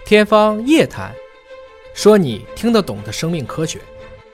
天方夜谭，说你听得懂的生命科学。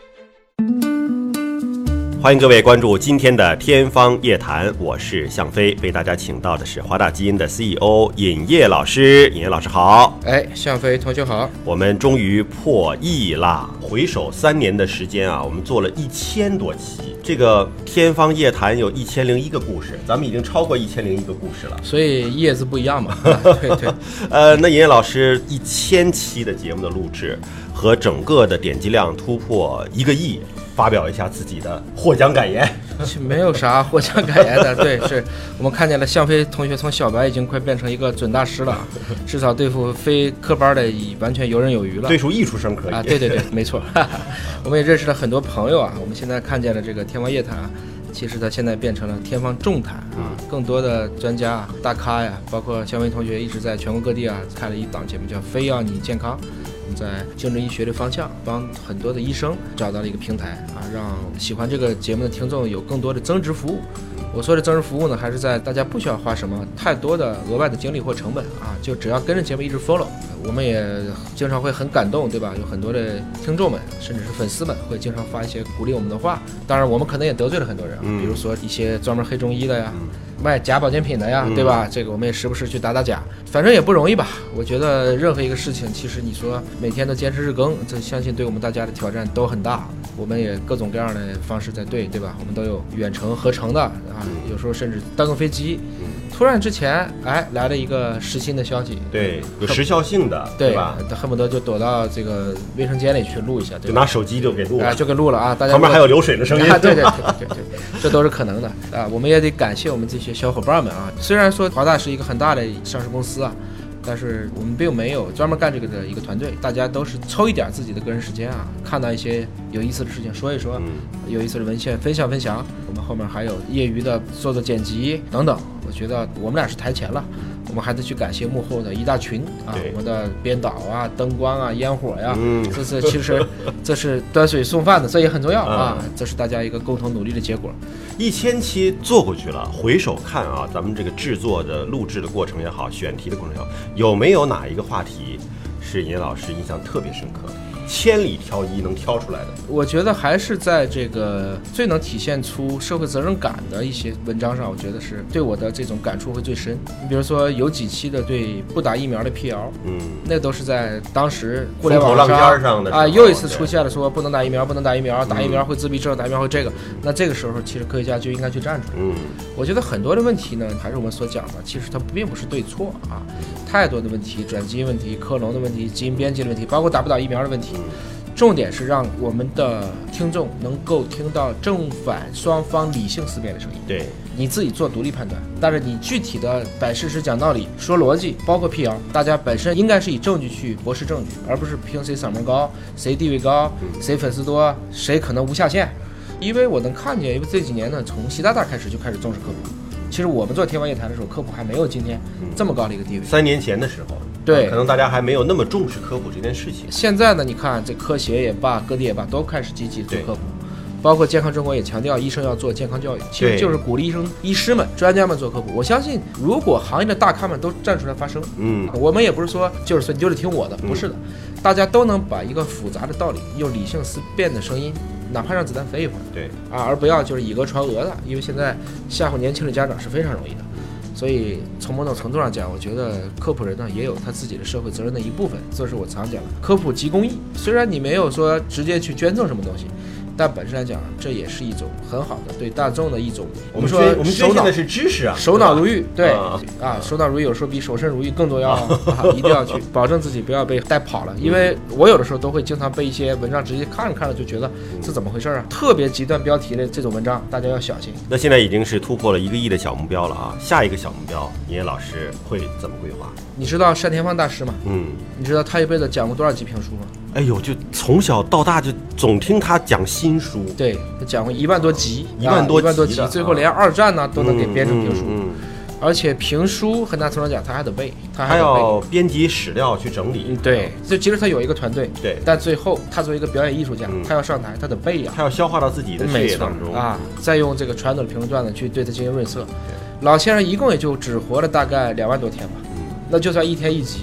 欢迎各位关注今天的天方夜谭，我是向飞，为大家请到的是华大基因的 CEO 尹烨老师。尹烨老师好。 向飞同学好。 我们终于破亿啦！回首3年的时间啊，我们做了1000多期，这个天方夜谭有1001个故事，咱们已经超过1001个故事了， 所以叶子不一样嘛。对。 那尹烨老师1000期的节目的录制和整个的点击量突破1个亿，发表一下自己的获奖感言。 没有啥获奖感言的，对，是我们看见了向飞同学从小白已经快变成一个准大师了，至少对付非科班的完全游刃有余了， 对付艺术生可以啊。 对，没错。我们也认识了很多朋友啊，我们现在看见了这个天方夜谭，其实它现在变成了天方重谭啊，更多的专家大咖呀，包括向飞同学一直在全国各地啊开了一档节目叫非要你健康，在精神医学的方向帮很多的医生找到了一个平台啊，让喜欢这个节目的听众有更多的增值服务。我说的增值服务呢，还是在大家不需要花什么太多的额外的精力或成本啊，就只要跟着节目一直 follow。我们也经常会很感动，对吧？有很多的听众们甚至是粉丝们会经常发一些鼓励我们的话，当然我们可能也得罪了很多人，比如说一些专门黑中医的呀，卖假保健品的呀，对吧？这个我们也时不时去打假，反正也不容易吧。我觉得任何一个事情，其实你说每天都坚持日更，这相信对我们大家的挑战都很大。我们也各种各样的方式在对吧？我们都有远程合成的啊，有时候甚至搭个飞机。突然之前，来了一个实心的消息， 对，有时效性的，对吧？ 他恨不得就躲到这个卫生间里去录一下，对吧？ 就拿手机就给录了， 就给录了啊！大家旁边还有流水的声音， 对，这都是可能的啊！我们也得感谢我们这些小伙伴们啊！虽然说华大是一个很大的上市公司啊，但是我们并没有专门干这个的一个团队，大家都是抽一点自己的个人时间啊，看到一些有意思的事情说一说，有意思的文献分享。我们后面还有业余的做剪辑等等。我觉得我们俩是台前了，我们还得去感谢幕后的一大群啊，我们的编导啊、灯光啊、烟火呀，其实这是端水送饭的，这也很重要啊，这是大家一个共同努力的结果。 1000期做过去了，回首看啊，咱们这个制作的录制的过程也好，选题的过程也好，有没有哪一个话题是尹老师印象特别深刻的？千里挑一能挑出来的，我觉得还是在这个最能体现出社会责任感的一些文章上，我觉得是对我的这种感触会最深。你比如说有几期的对不打疫苗的辟谣，那都是在当时互联网上的啊，又一次出现了说不能打疫苗，打疫苗会自闭症，打疫苗会这个，那这个时候其实科学家就应该去站出来。我觉得很多的问题呢，还是我们所讲的，其实它并不是对错啊，太多的问题，转基因问题、克隆的问题、基因编辑的问题，包括打不打疫苗的问题。重点是让我们的听众能够听到正反双方理性思辨的声音， 对， 你自己做独立判断，但是你具体的摆事实、讲道理、说逻辑，包括辟谣，大家本身应该是以证据去驳斥证据，而不是凭谁嗓门高、谁地位高、谁粉丝多、谁可能无下限。因为我能看见，因为这几年呢，从习大大开始就开始重视科普。其实我们做天方夜谭的时候，科普还没有今天这么高的一个地位。 3年前的时候， 对， 可能大家还没有那么重视科普这件事情。 现在呢，你看这科协也罢，各地也罢，都开始积极做科普，包括健康中国也强调医生要做健康教育，其实就是鼓励医师们、专家们做科普。我相信，如果行业的大咖们都站出来发声，我们也不是说就是说你就得听我的，不是的，大家都能把一个复杂的道理用理性思辨的声音。哪怕让子弹飞一会儿， 对啊，而不要就是以讹传讹的，因为现在吓唬年轻的家长是非常容易的，所以从某种程度上讲，我觉得科普人呢也有他自己的社会责任的一部分，这是我常讲的，科普即公益。虽然你没有说直接去捐赠什么东西，但本身来讲，这也是一种很好的对大众的一种，我们捐献的是知识啊， 手脑如玉，对手脑如玉有时候比手身如玉更重要一定要去保证自己不要被带跑了。因为我有的时候都会经常被一些文章直接看着就觉得这怎么回事啊，特别极端标题的这种文章，大家要小心。 那现在已经是突破了1个亿的小目标了啊，下一个小目标，尹烨老师会怎么规划？ 你知道单田芳大师吗？你知道他一辈子讲过多少集评书吗？ 哎呦，就从小到大就总听他讲新书， 对，他讲过1万多集 ，1万多集，最后连2战呢都能给编成评书。而且评书很大程度讲他还得背，他还要编辑史料去整理。 对，就其实他有一个团队， 对， 但最后他作为一个表演艺术家，他要上台，他得背呀， 他要消化到自己的血液当中啊，再用这个传统的评论段子去对他进行润色。老先生一共也就只活了大概2万多天吧，那就算1天1集，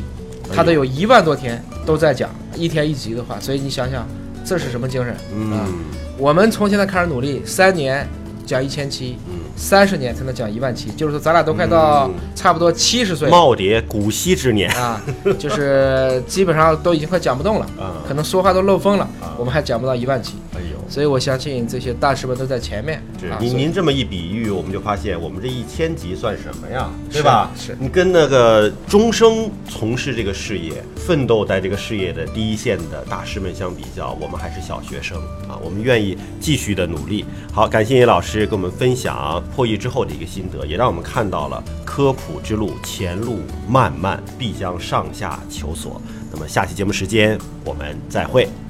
他都有1万多天都在讲，1天1集的话，所以你想想这是什么精神啊？我们从现在开始努力，3年讲1000期，30年才能讲1万期，就是说咱俩都快到差不多70岁， 耄耋古稀之年啊，就是基本上都已经快讲不动了，可能说话都漏风了，我们还讲不到1万期。所以我相信这些大师们都在前面。 您这么一比喻，我们就发现我们这1000集算什么呀，对吧？ 是你跟那个终生从事这个事业、奋斗在这个事业的第一线的大师们相比较，我们还是小学生啊。我们愿意继续的努力。好，感谢叶老师跟我们分享破译之后的一个心得，也让我们看到了科普之路前路漫漫，必将上下求索。那么下期节目时间我们再会。